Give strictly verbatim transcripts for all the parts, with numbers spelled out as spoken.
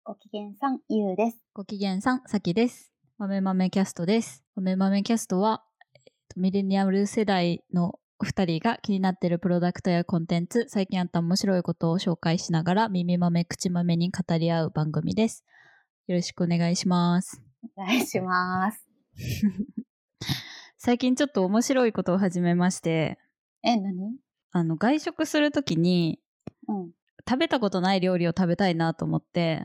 ごきげんさん、ゆうです。 ごきげんさん、さきです。豆豆キャストです。豆豆キャストは、えーと、ミレニアル世代のふたりが気になっているプロダクトやコンテンツ、最近あった面白いことを紹介しながら耳豆口豆に語り合う番組です。よろしくお願いします。 お願いします。 最近ちょっと面白いことを始めまして、 え、何？ あの外食するときに、 うん。 食べたことない料理を食べたいなと思って、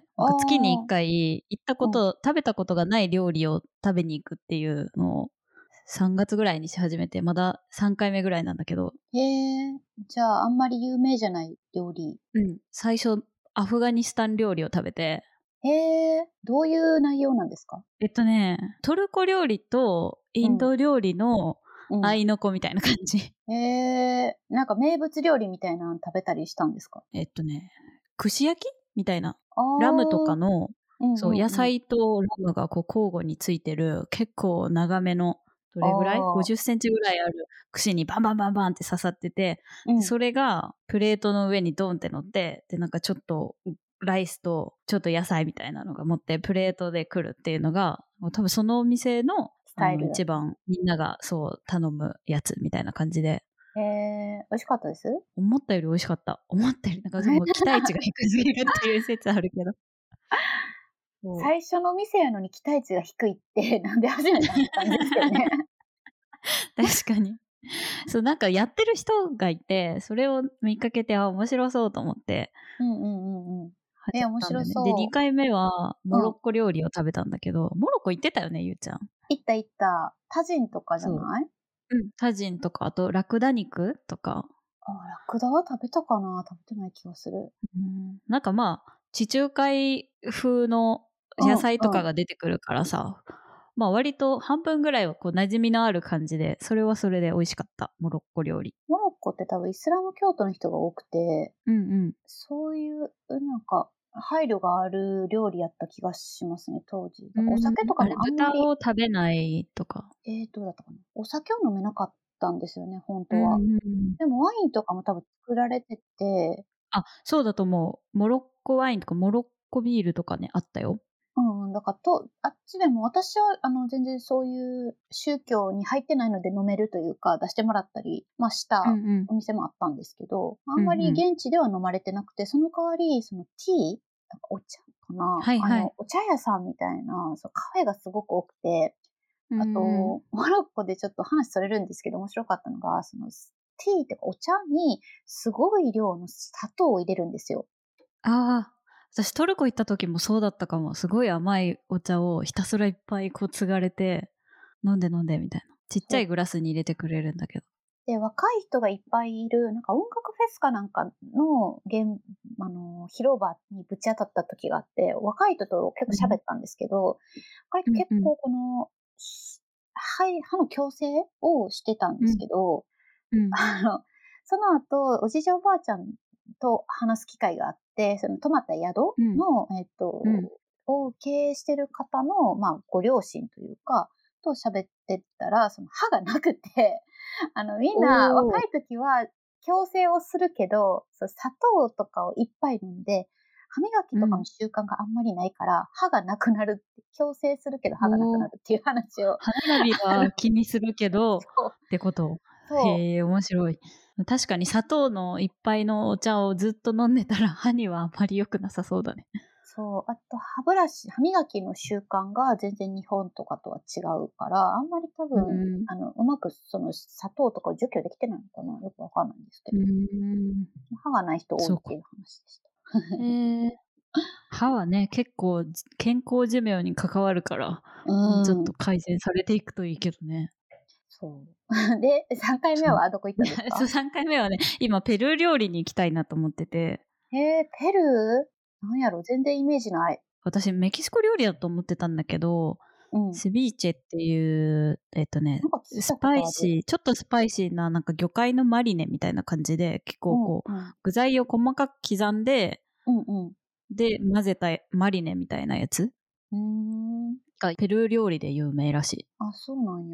なんか月にいっかい行ったこうん。 と、食べたことがない料理を食べに行くっていうのをさんがつぐらいにし始めて、まださんかいめぐらいなんだけど、 へえ、じゃあ、あんまり有名じゃない料理。 うん、最初アフガニスタン料理を食べて、 へえ、どういう内容なんですか？ えっとね、トルコ料理とインド料理のうん。 合いの子みたいな感じ。 へえ、なんか名物料理みたいなの食べたりしたんですか？ えっとね、串焼きみたいな。 あラムとかあ、 の、 うんそう、野うんうん。 菜とラムがこう交互についてる、結構長めの、どあれぐらい ?ごじゅっあ、 センチぐらいある串にバンバンバンバンって刺さってて、で、 うん。 それがプレートの上にドンって乗って、で、なんかちょっとライスとちょっと野菜みたいなのが持ってプレートで来るっていうのが、もう多分そのお店の、 スあの、 タイルだった。 一番みんながそう頼むやつみたいな感じで、 へえ、美味しかったです？ 思ったより美味しかった。思ったより、なんかでも期待値が低すぎるっていう説あるけど。そう。 最初の店やのに期待値が低いってなんで始めたんって感じですけどね。 確かに。そう、なんかやってる人がいて、それを見かけて、あ、面白そうと思ってうんうんうんうん。え、 始め面白たんだよね。で、 そう。 にかいめはモうん。 ロッコ料理を食べたんだけど、モロッコ行ってたよね、ゆうちゃん。 行った行った。タジンとかじゃそう。 ない？ うん。タジンとか、あとラクダ肉とか。 あ、ラクダは食べたかな？食べてない気がする。 うん。なんかまあ、地中海風のうん野菜とかうん。 が出てくるからさ、まあ割と半分ぐらいはこう馴染みのある感じで、それはそれで美味しかった、モロッコ料理。 モロッコって多分イスラム教徒の人が多くて、 うんうん。 そういう、なんか、配慮がある料理やった気がしますね、当時。だからおうーん、 酒とかもあれ、豚あんまり、 を食べないとか。 ええ、どうだったかな。お酒を飲めなかったんですよね、ほんとは。 うんうんうん。 でもワインとかも多分作られてて、 あ、そうだと思う。モロッコワインとかモロッコビールとかね、あったよ。 うんうん、だからとあっちでも私はあの全然そういう宗教に入ってないので飲めるというか、出してもらったり、ま、したうんうん。 お店もあったんですけど、あんまりうんうん。 現地では飲まれてなくて、その代わり、そのティー、なんかお茶かな、 はいはい。 あの、お茶屋さんみたいな、そう、カフェがすごく多くて、 うーあん。 と、モロッコでちょっと話それるんですけど、面白かったのが、その、ティーっていうかお茶にすごい量の砂糖を入れるんですよ。 ああ、私トルコ行った時もそうだったかも。すごい甘いお茶をひたすらいっぱいこう継がれて、飲んで飲んでみたいな。ちっちそう。 ゃいグラスに入れてくれるんだけど。 で、若い人がいっぱいいる、なんか音楽フェスかなんかの、げんあの、広場にぶち当たった時があって、若い人と結うん。 構喋ったんですけど、若い人うんうん。 結構この、し歯い歯の矯正をしてたんですうん。 けど、 うん。 あの、その後、おじいちゃんおばあちゃんと話す機会があって、その泊まった宿うん。 の、えっうん。 と、を経営してる方の、まあ、ご両親というか、と喋ってたら、その歯がなくて、あの、みんおな若お。 い時は矯正をするけど、そう、砂糖とかをいっぱい飲んで、歯磨きとかのうん。 習慣があんまりないから、歯がなくなるって、矯正するけど歯がなくおお。 なるっていう話を、 歯並びあの、 は気にするけどそう、 ってこと？ そう。 へえ、面白い。確かに砂糖のいっぱいのお茶をずっと飲んでたら歯にはあまり良くなさそうだね。 そう、あと歯ブラシ歯磨きの習慣が全然日本とかとは違うから、あんまり多うー分、 ん。 あの、うまくその砂糖とかを除去できてないのかな、よくわかんないんですけうーど。 ん。 歯がない人多いそうか。 っていう話でした。 へえ。歯はね、結構じ健康寿命に関わるから、 うもうちょっとーん、 改善されていくといいけどね。 そう。で、さんかいめそう。 はどこ行ったんですそう、 か？ さんかいめはね、今ペルー料理に行きたいなと思ってて、 へえ、ペルー？なんやろ、全然イメージない。 私メキシコ料理だと思ってたんだけど、 うん。 セビーチェっていう、えっとね、 なんか聞いスパたことある。 イシーちょっとスパイシーななんか魚介のマリネみたいな感じで、結構うんこう、 うん。 具材を細かく刻んで、 うんうん。 で、混ぜたマリネみたいなやつうーん。 がペルー料理で有名らしい。 あ、そうなんや。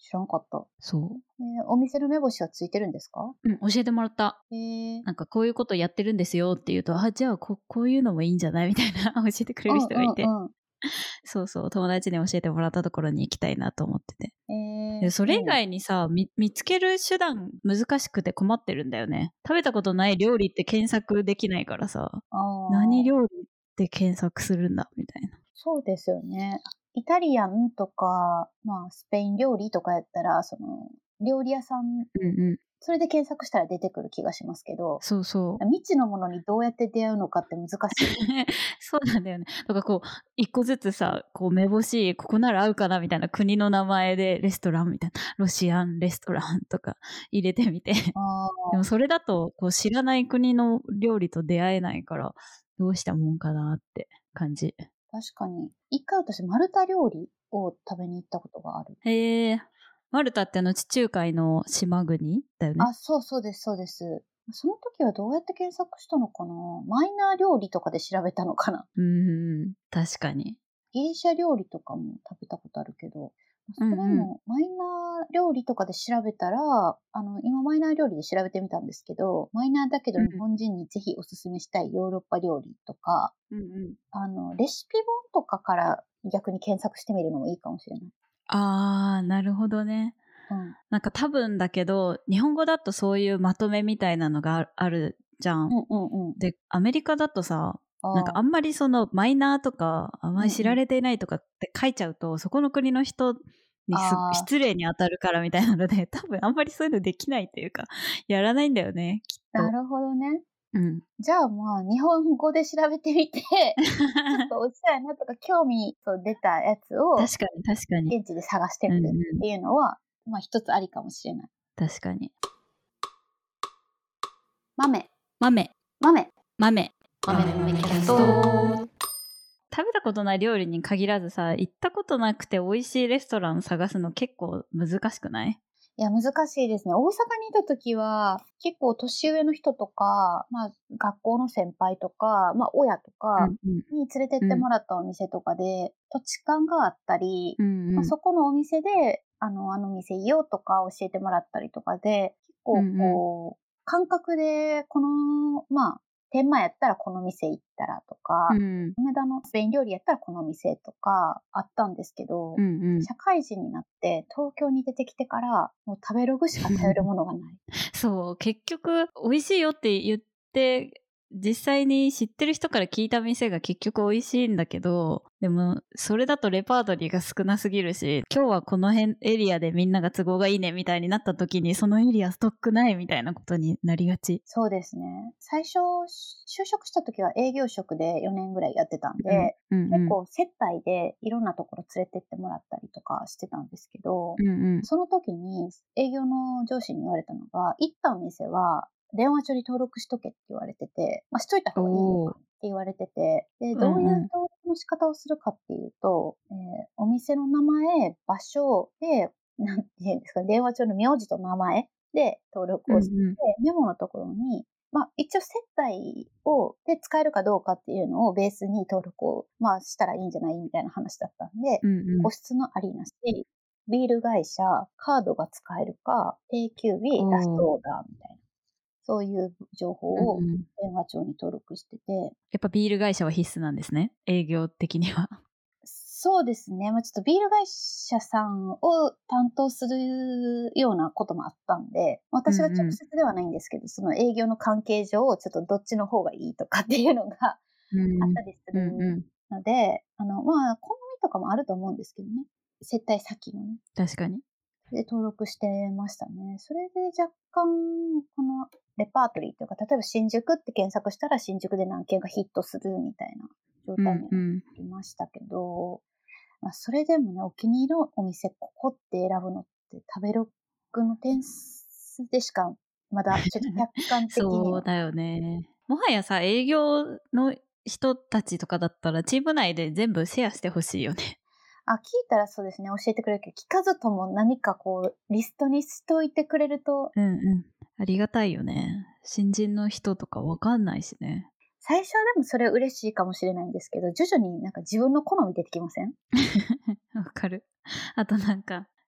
知らんかった。 そえー、お店の目星はついてるんですか？ う。うん、教えてもらった。 えー、 なんかこういうことやってるんですよって言うと、あ、じゃあここういうのもいいんじゃないみたいな教えてくれるうん人がいて。 うんうん。 そうそう、友達に教えてもらったところに行きたいなと思ってて。 えー、 でそれ以いいね。 外にさ、み見つける手段難しくて困ってるんだよね。食べたことない料理って検索できないからさ、 ああ、 何料理って検索するんだみたいな。 そうですよね。イタリアンとか、まあ、スペイン料理とかやったら、その、料理屋さん、 うんうん。 それで検索したら出てくる気がしますけど、 そうそう。 未知のものにどうやって出会うのかって難しい。 そうなんだよね。だからこう、一個ずつさ、こう目星、ここなら合うかなみたいな国の名前でレストランみたいな、ロシアンレストランとか入れてみて。 あでもあ、 それだと、こう知らない国の料理と出会えないから、どうしたもんかなって感じ。 確かに。一回私、マルタ料理を食べに行ったことがある。 へえ。マルタってあの地中海の島国だよね。 あ、そうそうです、そうです。その時はどうやって検索したのかな？マイナー料理とかで調べたのかな？ うーん、確かに。 ギリシャ料理とかも食べたことあるけど、それうんうん。 もマイナー料理とかで調べたら、あの、今マイナー料理で調べてみたんですけど、マイナーだけどうん日本人にぜひおすすめしたいヨーロッパ料理とか、 うんうん。 あの、レシピ本とかから逆に検索してみるのもいいかもしれない。 あー、なるほどね。 うん。 なんか多分だけど、日本語だとそういうまとめみたいなのがああるじゃん。 うんうんうん。 で、アメリカだとさ、なんかああ。 あんまりそのマイナーとか、あんまり知られていないとかって書いちゃうと、そこの国の人にすああ。 失礼に当たるからみたいなので、多分あんまりそういうのできないというか、やらないんだよね、きっと。 なるほどね。 うん。 じゃあまあ、日本語で調べてみて、ちょっとおしゃれなとか興味と出たやつを確かに確かに。 現地で探してうんみるうん。 っていうのは、まあ一つありかもしれない。 確かに。 豆、 豆、 豆、 豆。 豆の豆キャスト。 食べたことない料理に限らずさ、行ったことなくて美味しいレストラン探すの結構難しくない？ いや、難しいですね。大阪にいた時は、結構年上の人とか、まあ、学校の先輩とか、まあ、親とかうんうん。 に連れてってもらったお店とかで、土地勘があったり、まあ、 うんうん。 そこのお店で、あの、あの店いいよとか教えてもらったりとかで、結構うんうん。 こう、感覚で、この、まあ、天満やったらこの店行ったらとか、 うん梅田のスペイン料理やったらこの店とかあったんですけど、 うんうん。 社会人になって東京に出てきてから、もう食べログしか頼るものがない。 そう、結局美味しいよって言って、実際に知ってる人から聞いた店が結局美味しいんだけど、でもそれだとレパートリーが少なすぎるし、今日はこの辺エリアでみんなが都合がいいねみたいになった時にそのエリアストックないみたいなことになりがち。 そうですね。最初、就職した時は営業職でよねんぐらいやってたんで、 うんうんうん、 結構接待でいろんなところ連れてってもらったりとかしてたんですけど、 うんうん、 その時に営業の上司に言われたのが、行ったお店は電話帳に登録しとけって言われてて、まあ、しといた方がいいよって言われてて、で、どういう登録の仕方をするかっていうと、えー、お店の名前、場所で、なんて言うんですか、電話帳の名字と名前で登録をして、 うんうん、 メモのところに、まあ、一応接待を、で使えるかどうかっていうのをベースに登録を、まあ、したらいいんじゃないみたいな話だったんで、 うんうん、 個室のありなし、ビール会社、カードが使えるか、定休日、ラストオーダーみたいな。そういう情報をうんうん、 電話帳に登録してて。 やっぱビール会社は必須なんですね。営業的には。 そうですね。まあ、ちょっとビール会社さんを担当するようなこともあったんで、私は直接ではないんですけど、うんうん、その営業の関係上、ちょっとどっちの方がいいとかっていうのがあったりするので、うんうん、あの、まあ、好みとかもあると思うんですけどね。接待先のね。 確かに。 で、登録してましたね。それで若干、このレパートリーというか、例えば新宿って検索したら新宿で何件かヒットするみたいな状態になりましたけど、うんうん、まあ、それでもね、お気に入りのお店、ここって選ぶのって食べログの点数でしか、まだちょっと客観的には。 そうだよね。もはやさ、営業の人たちとかだったら、チーム内で全部シェアしてほしいよね。 あ、聞いたらそうですね、教えてくれるけど、聞かずとも何かこう、リストにしといてくれると。 うんうん。ありがたいよね。新人の人とかわかんないしね。 最初はでもそれ嬉しいかもしれないんですけど、徐々になんか自分の好み出てきません？ わかる。あとなんか、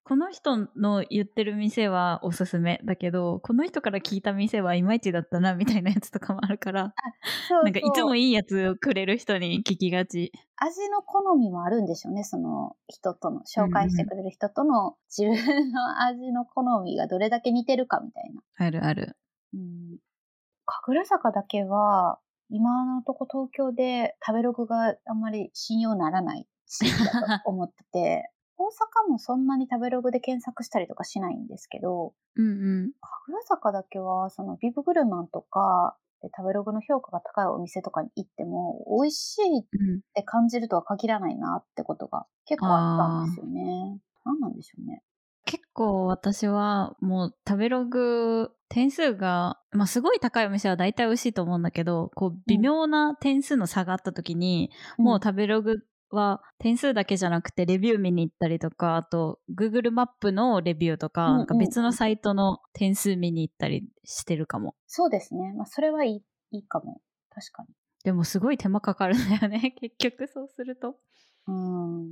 この人の言ってる店はおすすめだけど、この人から聞いた店はいまいちだったなみたいなやつとかもあるから、 あ、そうなんかいつそう。 もいいやつをくれる人に聞きがち。 味の好みもあるんでしょうね、その人との、紹介してうんうん。 くれる人との自分の味の好みがどれだけ似てるかみたいな。 あるある。 うん。神楽坂だけは、今のとこ東京で食べログがあんまり信用ならない地域だと思ってて、大阪もそんなに食べログで検索したりとかしないんですけど、 うんうん。 神楽坂だけは、そのビブグルマンとかで食べログの評価が高いお店とかに行っても、美味しいっうん、 て感じるとは限らないなってことが結構あったんですよね。何なんでしょうね。 結構私はもう食べログ点数が、まあ、すごい高いお店は大体美味しいと思うんだけど、こう微妙な点数の差があった時に、うん、もう食べログは点数だけじゃなくてレビュー見に行ったりとか、あと Google マップのレビューとか、うんうんうん、なんか別のサイトの点数見に行ったりしてるかも。 そうですね。まあ、それはいい、いいかも。確かに。 でもすごい手間かかるんだよね。結局そうすると。 うん。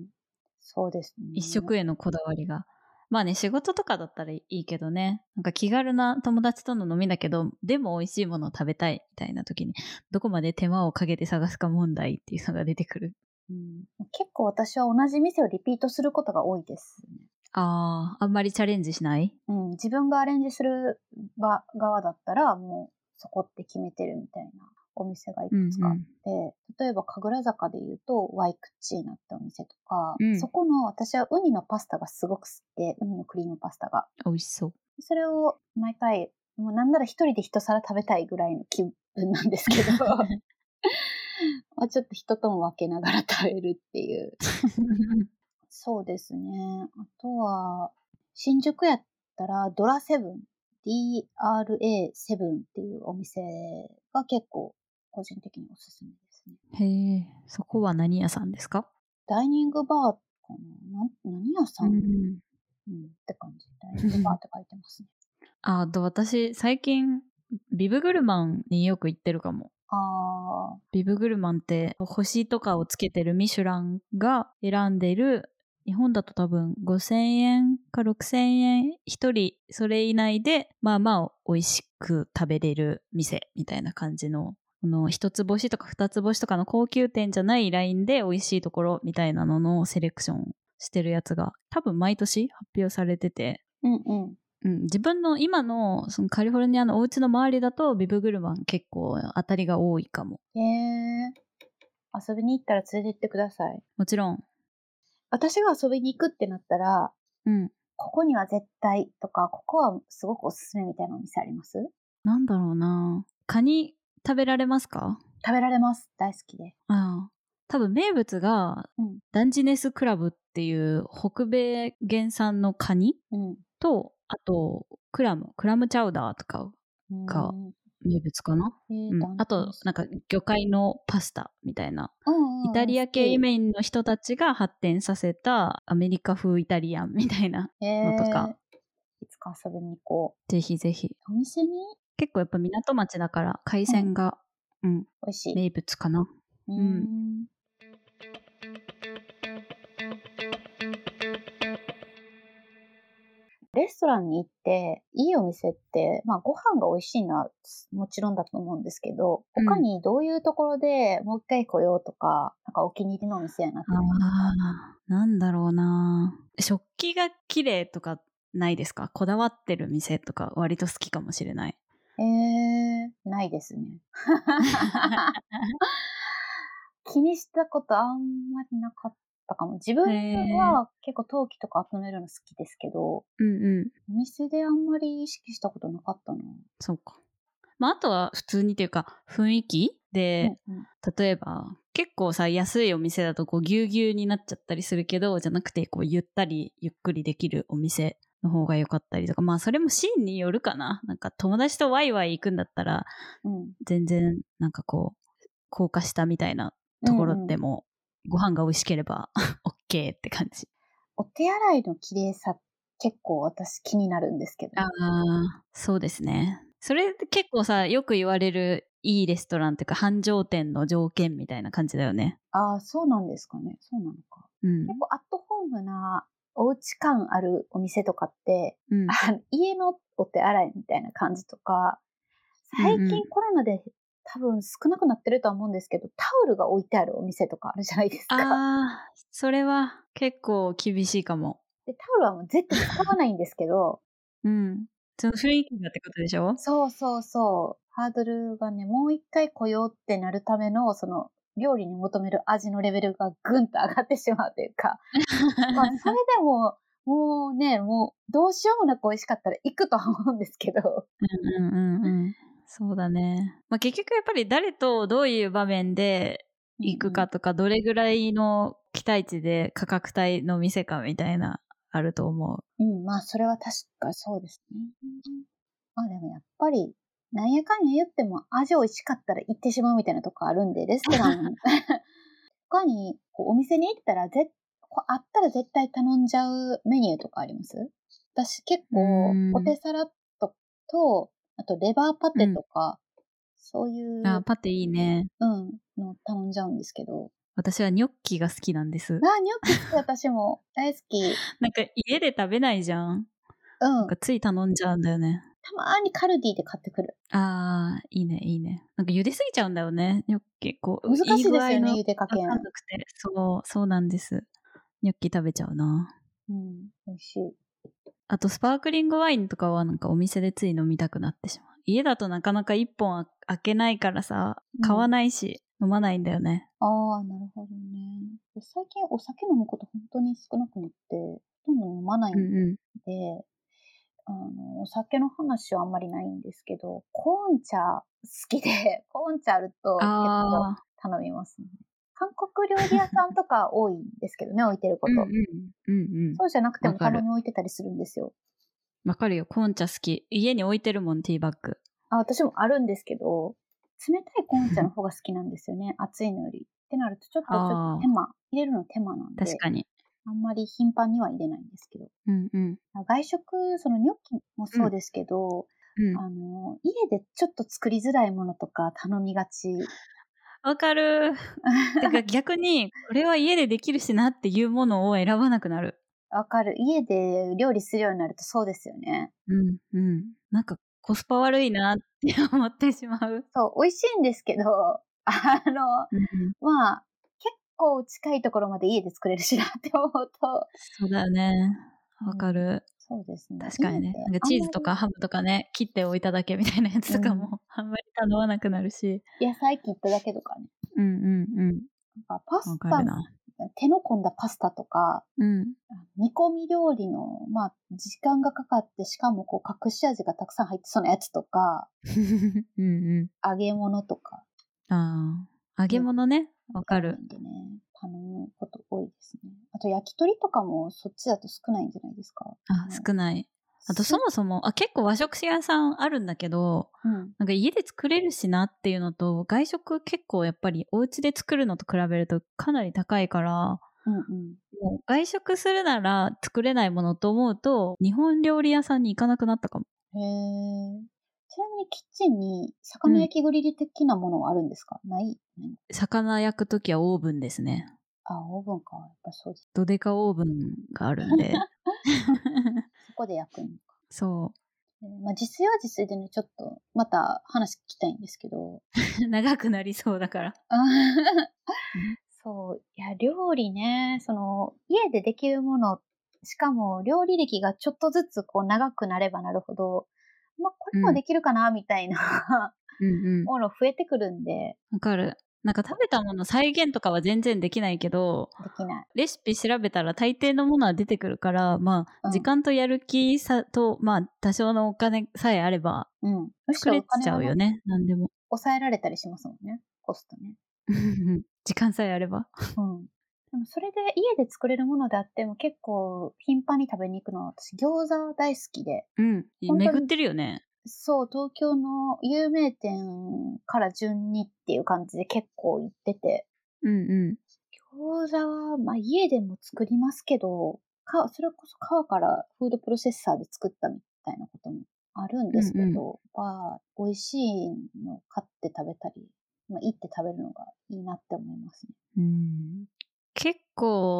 そうですね。 一食へのこだわりが。まあね、仕事とかだったらいいけどね。なんか気軽な友達との飲みだけど、でも美味しいものを食べたいみたいな時に、どこまで手間をかけて探すか問題っていうのが出てくる。 うん、結構私は同じ店をリピートすることが多いですね。 ああ、あんまりチャレンジしない？ うん、自分がアレンジする側だったら、もうそこって決めてるみたいなお店がいくつかあって、うんうん、例えば神楽坂で言うとワイクチーナってお店とか、うん、そこの私はウニのパスタがすごく好きで、ウニのクリームパスタが美味しそう。 それを毎回もうなんなら一人で一皿食べたいぐらいの気分なんですけどまあちょっと人とも分けながら食べるっていうそうですね。あとは新宿やったらドラセブン ディーアールエーセブン っていうお店が結構個人的におすすめですね。 へえ、そこは何屋さんですか？ ダイニングバーかな、な何屋さん、うん、うん、って感じ。ダイニングバーって書いてますね。 あと私最近ビブグルマンによく行ってるかも。 あビブグルマンって星とかをつけてるミシュランが選んでる、日本だと多分ごせんえんかろくせんえんひとりそれ以内でまあまあ美味しく食べれる店みたいな感じの、この一つ星とか二つ星とかの高級店じゃないラインで美味しいところみたいなののセレクションしてるやつが多分毎年発表されてて、 うんうんうん、自分の今のそのカリフォルニアのお家の周りだとビブグルマン結構当たりが多いかも。 へえ。遊びに行ったら連れて行ってください。 もちろん。 私が遊びに行くってなったら、うん、ここには絶対とか、ここはすごくおすすめみたいなお店あります？ なんだろうな。カニ食べられますか？ 食べられます。大好きで。 ああ。多分名物が、うん、ダンジネスクラブっていう北米原産のカニ、うん、と、あとクラム、クラムチャウダーとかが名物かな。うん、あとなんか魚介のパスタみたいな、うんうん、イタリア系移民の人たちが発展させたアメリカ風イタリアンみたいなのとか、 いつか遊びに行こう。ぜひぜひ。 お店に結構やっぱ港町だから海鮮が、うん、うん、 美味しい。 名物かな。うん。うんレストランに行って、いいお店って、まあご飯が美味しいのはもちろんだと思うんですけど、うん、他にどういうところでもう一回来ようとか、なんかお気に入りのお店になってるんですか？ あー、なんだろうな。食器が綺麗とかないですか？こだわってる店とか割と好きかもしれない。 えー、ないですね。気にしたことあんまりなかったかも。自分は結構陶器とか集めるの好きですけど、うんうん、お店であんまり意識したことなかったな。 そうか。まあ、あとは普通にというか雰囲気で、うんうん、例えば結構さ安いお店だとこうぎゅうぎゅうになっちゃったりするけど、じゃなくてこうゆったりゆっくりできるお店の方が良かったりとか、まあそれもシーンによるかな。なんか友達とワイワイ行くんだったら、うん、全然なんかこう高架下みたいなところでも、うんうん、ご飯が美味しければ OK って感じ。 お手洗いの綺麗さ結構私気になるんですけど。 ああ、そうですね。それ結構さ、よく言われるいいレストランっていうか繁盛店の条件みたいな感じだよね。 ああ、そうなんですかね。そうなのか。うん、結構アットホームなお家感あるお店とかって、 うん、 あの家のお手洗いみたいな感じとか、最うんうん近コロナで多分少なくなってるとは思うんですけど、タオルが置いてあるお店とかあるじゃないですか。 ああ、それは結構厳しいかも。 で、タオルはもう絶対使わないんですけど、 うん。その雰囲気がってことでしょ？ そうそうそう、ハードルがね、もう一回来ようってなるための、その、料理に求める味のレベルがぐんと上がってしまうというか、まあ、それでも、もうね、もうどうしようもなく美味しかったら行くとは思うんですけど。 うんうんうんうん。そうだね。ま、結局やっぱり誰とどういう場面で行くうんうん。 かとか、どれぐらいの期待値で価格帯の店かみたいな、あると思う。 うん、まあ、それは確かそうですね。まあ、でもやっぱり、なんやかんや言っても味美味しかったら行ってしまうみたいなとこあるんで、レストラン他に、こう、お店に行ったら、ぜこあったら絶対頼んじゃうメニューとかあります？私結うー構、ポん。 テサラとと、あとレバーパテうん。 とか、そういあ、 う、 パテいいね。 うん、の頼んじゃうんですけど。 私はニョッキが好きなんです。 ああ、ニョッキ好き、私も大好き。 なんか家で食べないじゃん。 うん。 なんかつい頼んじゃうんだよね。 たまにカルディで買ってくる。 ああ、いいねいいね。なんか茹ですぎちゃうんだよね、ニョッキ。こう、 難いいしいですよね、 具合の茹で加わかん減。 なくて。そう、そうなんです。ニョッキ食べちゃうな。 うん、美味しい。 あとスパークリングワインとかはなんかお店でつい飲みたくなってしまう。家だとなかなかいっぽん開けないからさ、買わうん。 ないし、飲まないんだよね。 ああ、なるほどね。最近お酒飲むこと本当に少なくなって、ほとんど飲まないんうんうん。 で、あの、お酒の話はあんまりないんですけど、コーン茶好きで、コーン茶あると結構ああ。 頼みますね。韓国料理屋さんとか多いんですけどね、置いてるこうんうと。 ん。うんうん。 そうじゃなくてもたまわかる。 に置いてたりするんですよ。 わかるよ。コーン茶好き。家に置いてるもん、ティーバッグ。 あ、私もあるんですけど、冷たいコーン茶の方が好きなんですよね、熱いのより。ってなるとちょっとちょっとああ、 手間入れるの手間なんで、 確かに。 あんまり頻繁には入れないんですけど。 うんうん。 あ、外食、そのニョッキもうん、 そうですけど、 うん。 あの、家でちょっと作りづらいものとか頼みがち。 わかる。てか逆に、これは家でできるしなっていうものを選ばなくなる。 わかる。家で料理するようになるとそうですよね。 うんうん。なんかコスパ悪いなって思ってしまう。 そう、美味しいんですけど、あの、 うんうん。 まあ、結構近いところまで家で作れるしなって思うと、 そうだよね。わうん、 かる。 そうですね。家で確かにね。なんかチーズあんまり、 とかハムとかね、切っておいただけみたいなやつとかうん、 もあんまり頼まなくなるし。 野菜切っただけとかね。 うんうんうん。 なんかパスタ、 わかるな。 手の込んだパスタとか、 うん。 煮込み料理の、まあ、時間がかかって、しかもこう隠し味がたくさん入ってそうなやつとか、 うんうん。 揚げ物とか、 ああ、揚げよく物ね、わかる。 頼むんでね、頼むこと多いですね。あと焼き鳥とかもそっちだと少ないんじゃないですか？ あ、 もう、 少ない。あとそすもそも、あ、結構和食屋さんあるんだけど、 うん、 なんか家で作れるしなっていうのと、外食結構やっぱりお家で作るのと比べるとかなり高いから、 うんうん。 もう外食するなら作れないものと思うと、日本料理屋さんに行かなくなったかも。 へえ。ちなみにキッチンにうん。 魚焼きグリル的なものはあるんですか？ない？ない。 魚焼くときはオーブンですね。 あ、オーブンか、やっぱそうです。 ドデカオーブンがあるんで。 そこで焼くのか。 そえーまあ、自炊は自炊でね、ちょっとまた話聞きたいんですけど。 う。長くなりそうだから。うん。 そう、いや、料理ね、その、家でできるもの、しかも料理歴がちょっとずつこう長くなればなるほど、ま、これうん。 もできるかなみたいなうんうん。 もの増えてくるんで、 わかる。なんか食べたもの再現とかは全然できないけど、 できない。 レシピ調べたら大抵のものは出てくるから、まあ、時うん、 間とやる気さと、まあ、多少のお金さえあればうん。むしろお作れち金がね、 ゃうよね、なんでも。 抑えられたりしますもんね、コストね。 時間さえあれば。 うん。でもそれで家で作れるものであっても結構頻繁に食べに行くのは私餃子大好きで、 うん、巡っほんとに、 てるよね。 そう、東京の有名店から順にっていう感じで結構行ってて、 うんうん。 餃子は、ま、家でも作りますけど、かそれこそ皮からフードプロセッサーで作ったみたいなこともあるんですうんうん。 けど、まあ、美味しいのを買って食べたり、ま、行って食べるのがいいなって思いますね。 うん。結構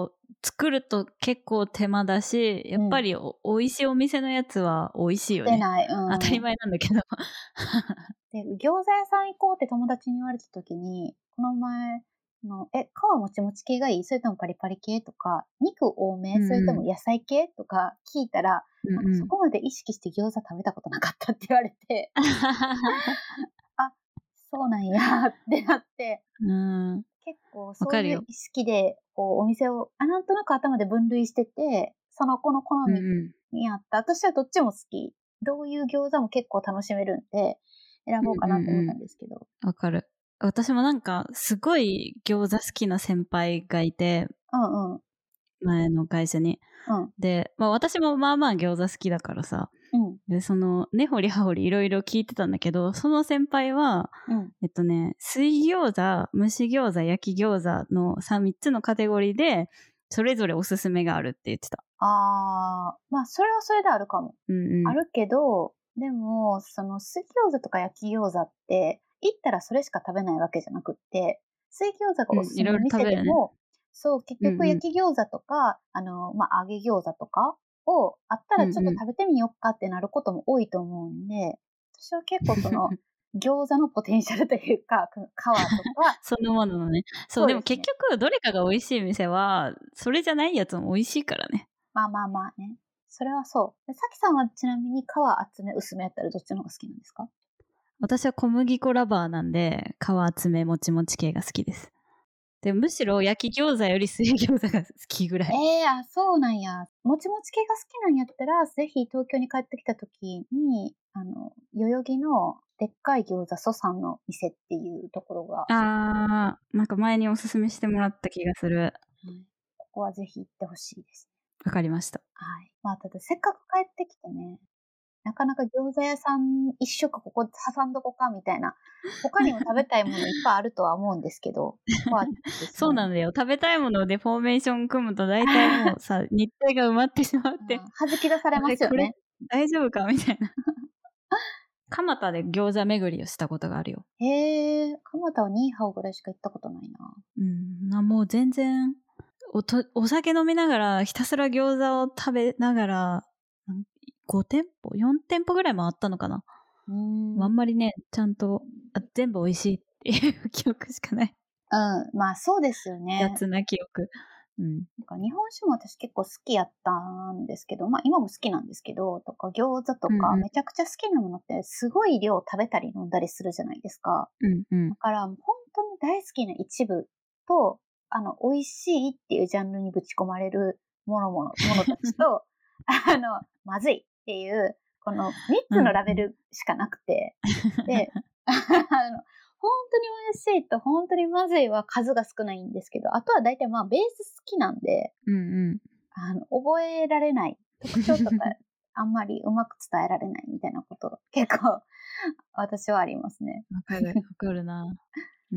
作ると結構手間だし、やっぱりお、うん、美味しいお店のやつは美味しいよね。 出ない。うん、 当たり前なんだけど。 で、餃子屋さん行こうって友達に言われた時に、この前の、え、皮もちもち系がいい？それともパリパリ系とか、肉多め、うんうん、それとも野菜系とか聞いたら、うんうん、なんかそこまで意識して餃子食べたことなかったって言われて、あ、そうなんやってなって、うん、結構そういう意識でこうお店をあなんとなく頭で分類してて、その子の好みにあった、うんうん、私はどっちも好き。どういう餃子も結構楽しめるんで、選ぼうかなと思ったんですけど。わ、 うんうん、かる。私もなんかすごい餃子好きな先輩がいて、 うんうん、 前の会社に。うん、で、まあ私もまあまあ餃子好きだからさ、うん、で、その根掘り葉掘りいろいろ聞いてたんだけど、その先輩は、うん、えっとね、水餃子、蒸し餃子、焼き餃子のさん、みっつのカテゴリーで、それぞれおすすめがあるって言ってた。 あー、まあそれはそれであるかも。うんうん、あるけど、でも、その水餃子とか焼き餃子って、行ったらそれしか食べないわけじゃなくって、水餃子がおすすめの店でも、うんね、そう、結局焼き餃子とか、うんうん、あの、まあ揚げ餃子とかをあったらちょっと食べてみようかってなることも多いと思うんで、うんうん、私は結構その、餃子のポテンシャルというか、皮とか。 そのもののね。そう、そうでね、でも結局、どれかが美味しい店は、それじゃないやつも美味しいからね。 まあまあまあね。それはそう。さきさんはちなみに皮厚め、薄めやったらどっちの方が好きなんですか？ 私は小麦粉ラバーなんで、皮厚め、もちもち系が好きです。でむしろ焼き餃子より水餃子が好きぐらい。 ええー、あ、そうなんや。もちもち系が好きなんやったら、ぜひ東京に帰ってきた時に、あの、代々木のでっかい餃子蘇さんの店っていうところが。 あー、なんか前におすすめしてもらった気がする。 うん、ここはぜひ行ってほしいです。 わかりました。 はい。まあ、ただせっかく帰ってきてね、なかなか餃子屋さん一食ここ挟んどこかみたいな、他にも食べたいものいっぱいあるとは思うんですけど、ここはですね、 そうなんだよ。食べたいものでフォーメーション組むと大体もうさ、日程が埋まってしまって。 はじき出されますよね。 これ大丈夫かみたいな。蒲田で餃子巡りをしたことがあるよ。 へえ、蒲田はニーハオぐらいしか行ったことないな。 うん、なもう全然おと、お酒飲みながらひたすら餃子を食べながら、ご店舗 ?よん 店舗ぐらい回ったのかな。うん、あんまりね、ちゃんとあ全部美味しいっていう記憶しかない。 うん、まあそうですよね。 雑な記憶。うん、 なんか日本酒も私結構好きやったんですけど、まあ今も好きなんですけど、とか餃子とかめちゃくちゃ好きなものってすごい量食べたり飲んだりするじゃないですか。うんうん、だから本当に大好きな一部と、あの、美味しいっていうジャンルにぶち込まれるものもの、ものたちと、あの、まずいっていう、このみっつのラベルしかなくて、うん、で、あの、本当に美味しいと本当にまずいは数が少ないんですけど、あとは大体まあベース好きなんで、うんうん、あの覚えられない特徴とかあんまりうまく伝えられないみたいなこと結構私はありますね。 わかるわかるな。うん。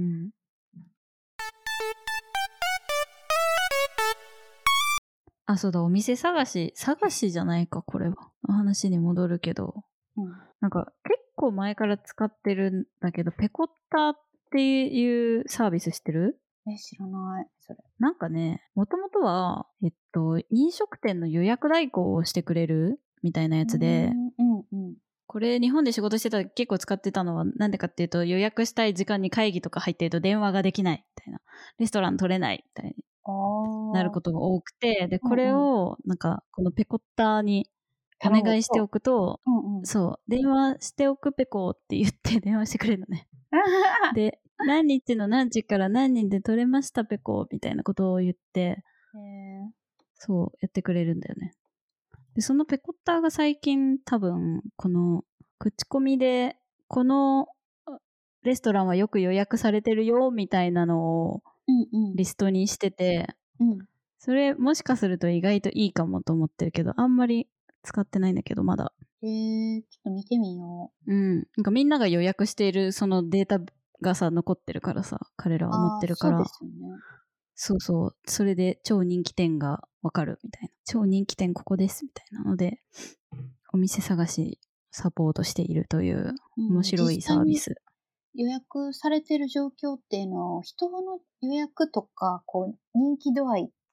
あ、そうだ、お店探し探しじゃないかこれは。話に戻るけど、うん、なんか結構前から使ってるんだけど、ペコッタっていうサービス知ってる？ え、知らない。それ。 なんかね、もともとは、えっと、飲食店の予約代行をしてくれるみたいなやつで、うんうんうん、これ日本で仕事してたら結構使ってたのはなんでかっていうと、予約したい時間に会議とか入ってると電話ができないみたいな、レストラン取れないみたいになることが多くて、で、これをなんかこのペコッターにお願いしておくと、うんうん、そう、電話しておくペコって言って電話してくれるのね。で、何日の何時から何人で取れましたペコみたいなことを言って、へそう、やってくれるんだよね。で、そのペコッターが最近多分、この口コミで、このレストランはよく予約されてるよみたいなのをリストにしてて、うんうん、それもしかすると意外といいかもと思ってるけど、あんまり使ってないんだけど、まだ。 へー、ちょっと見てみよう。うん。なんかみんなが予約しているそのデータがさ、残ってるからさ、彼らは持ってるから。 そうですよね。 そうそう。それで超人気店がわかるみたいな。超人気店ここですみたいなので、お店探しサポートしているという面白いサービス。 うん、予約されてる状況っていうのは、人の予約とか、こう、人気度合いっ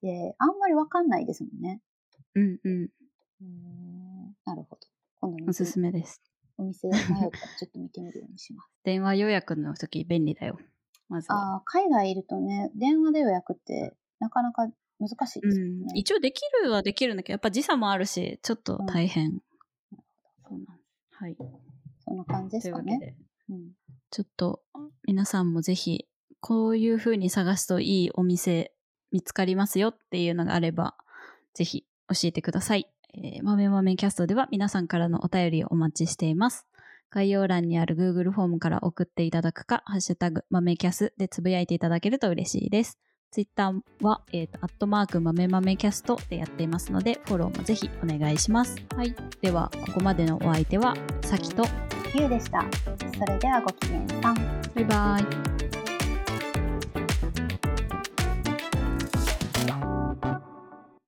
てあんまりわかんないですもんね。 うんうん。 うーん、なるほど。今度おすすめです。 お店迷ったらちょっと見てみるようにします。 電話予約の時便利だよ。まずは。 あ、海外いるとね、電話で予約ってなかなか難しいですよね。 うん、一応できるはできるんだけど、やっぱ時差もあるし、ちょっと大変。うん、そうなんはい。 そんな感じですかね。 というわけで、 うん、 ちょっと皆さんもぜひこういう風に探すといいお店見つかりますよっていうのがあれば、ぜひ教えてください。えー、豆豆キャストでは皆さんからのお便りをお待ちしています。概要欄にある Google フォームから送っていただくか、ハッシュタグ豆キャスでつぶやいていただけると嬉しいです。Twitter は、えーと、アットマーク豆豆キャストでやっていますので、フォローもぜひお願いします。はい。では、ここまでのお相手は、さきとゆうでした。それではごきげんさん。 バイバイ。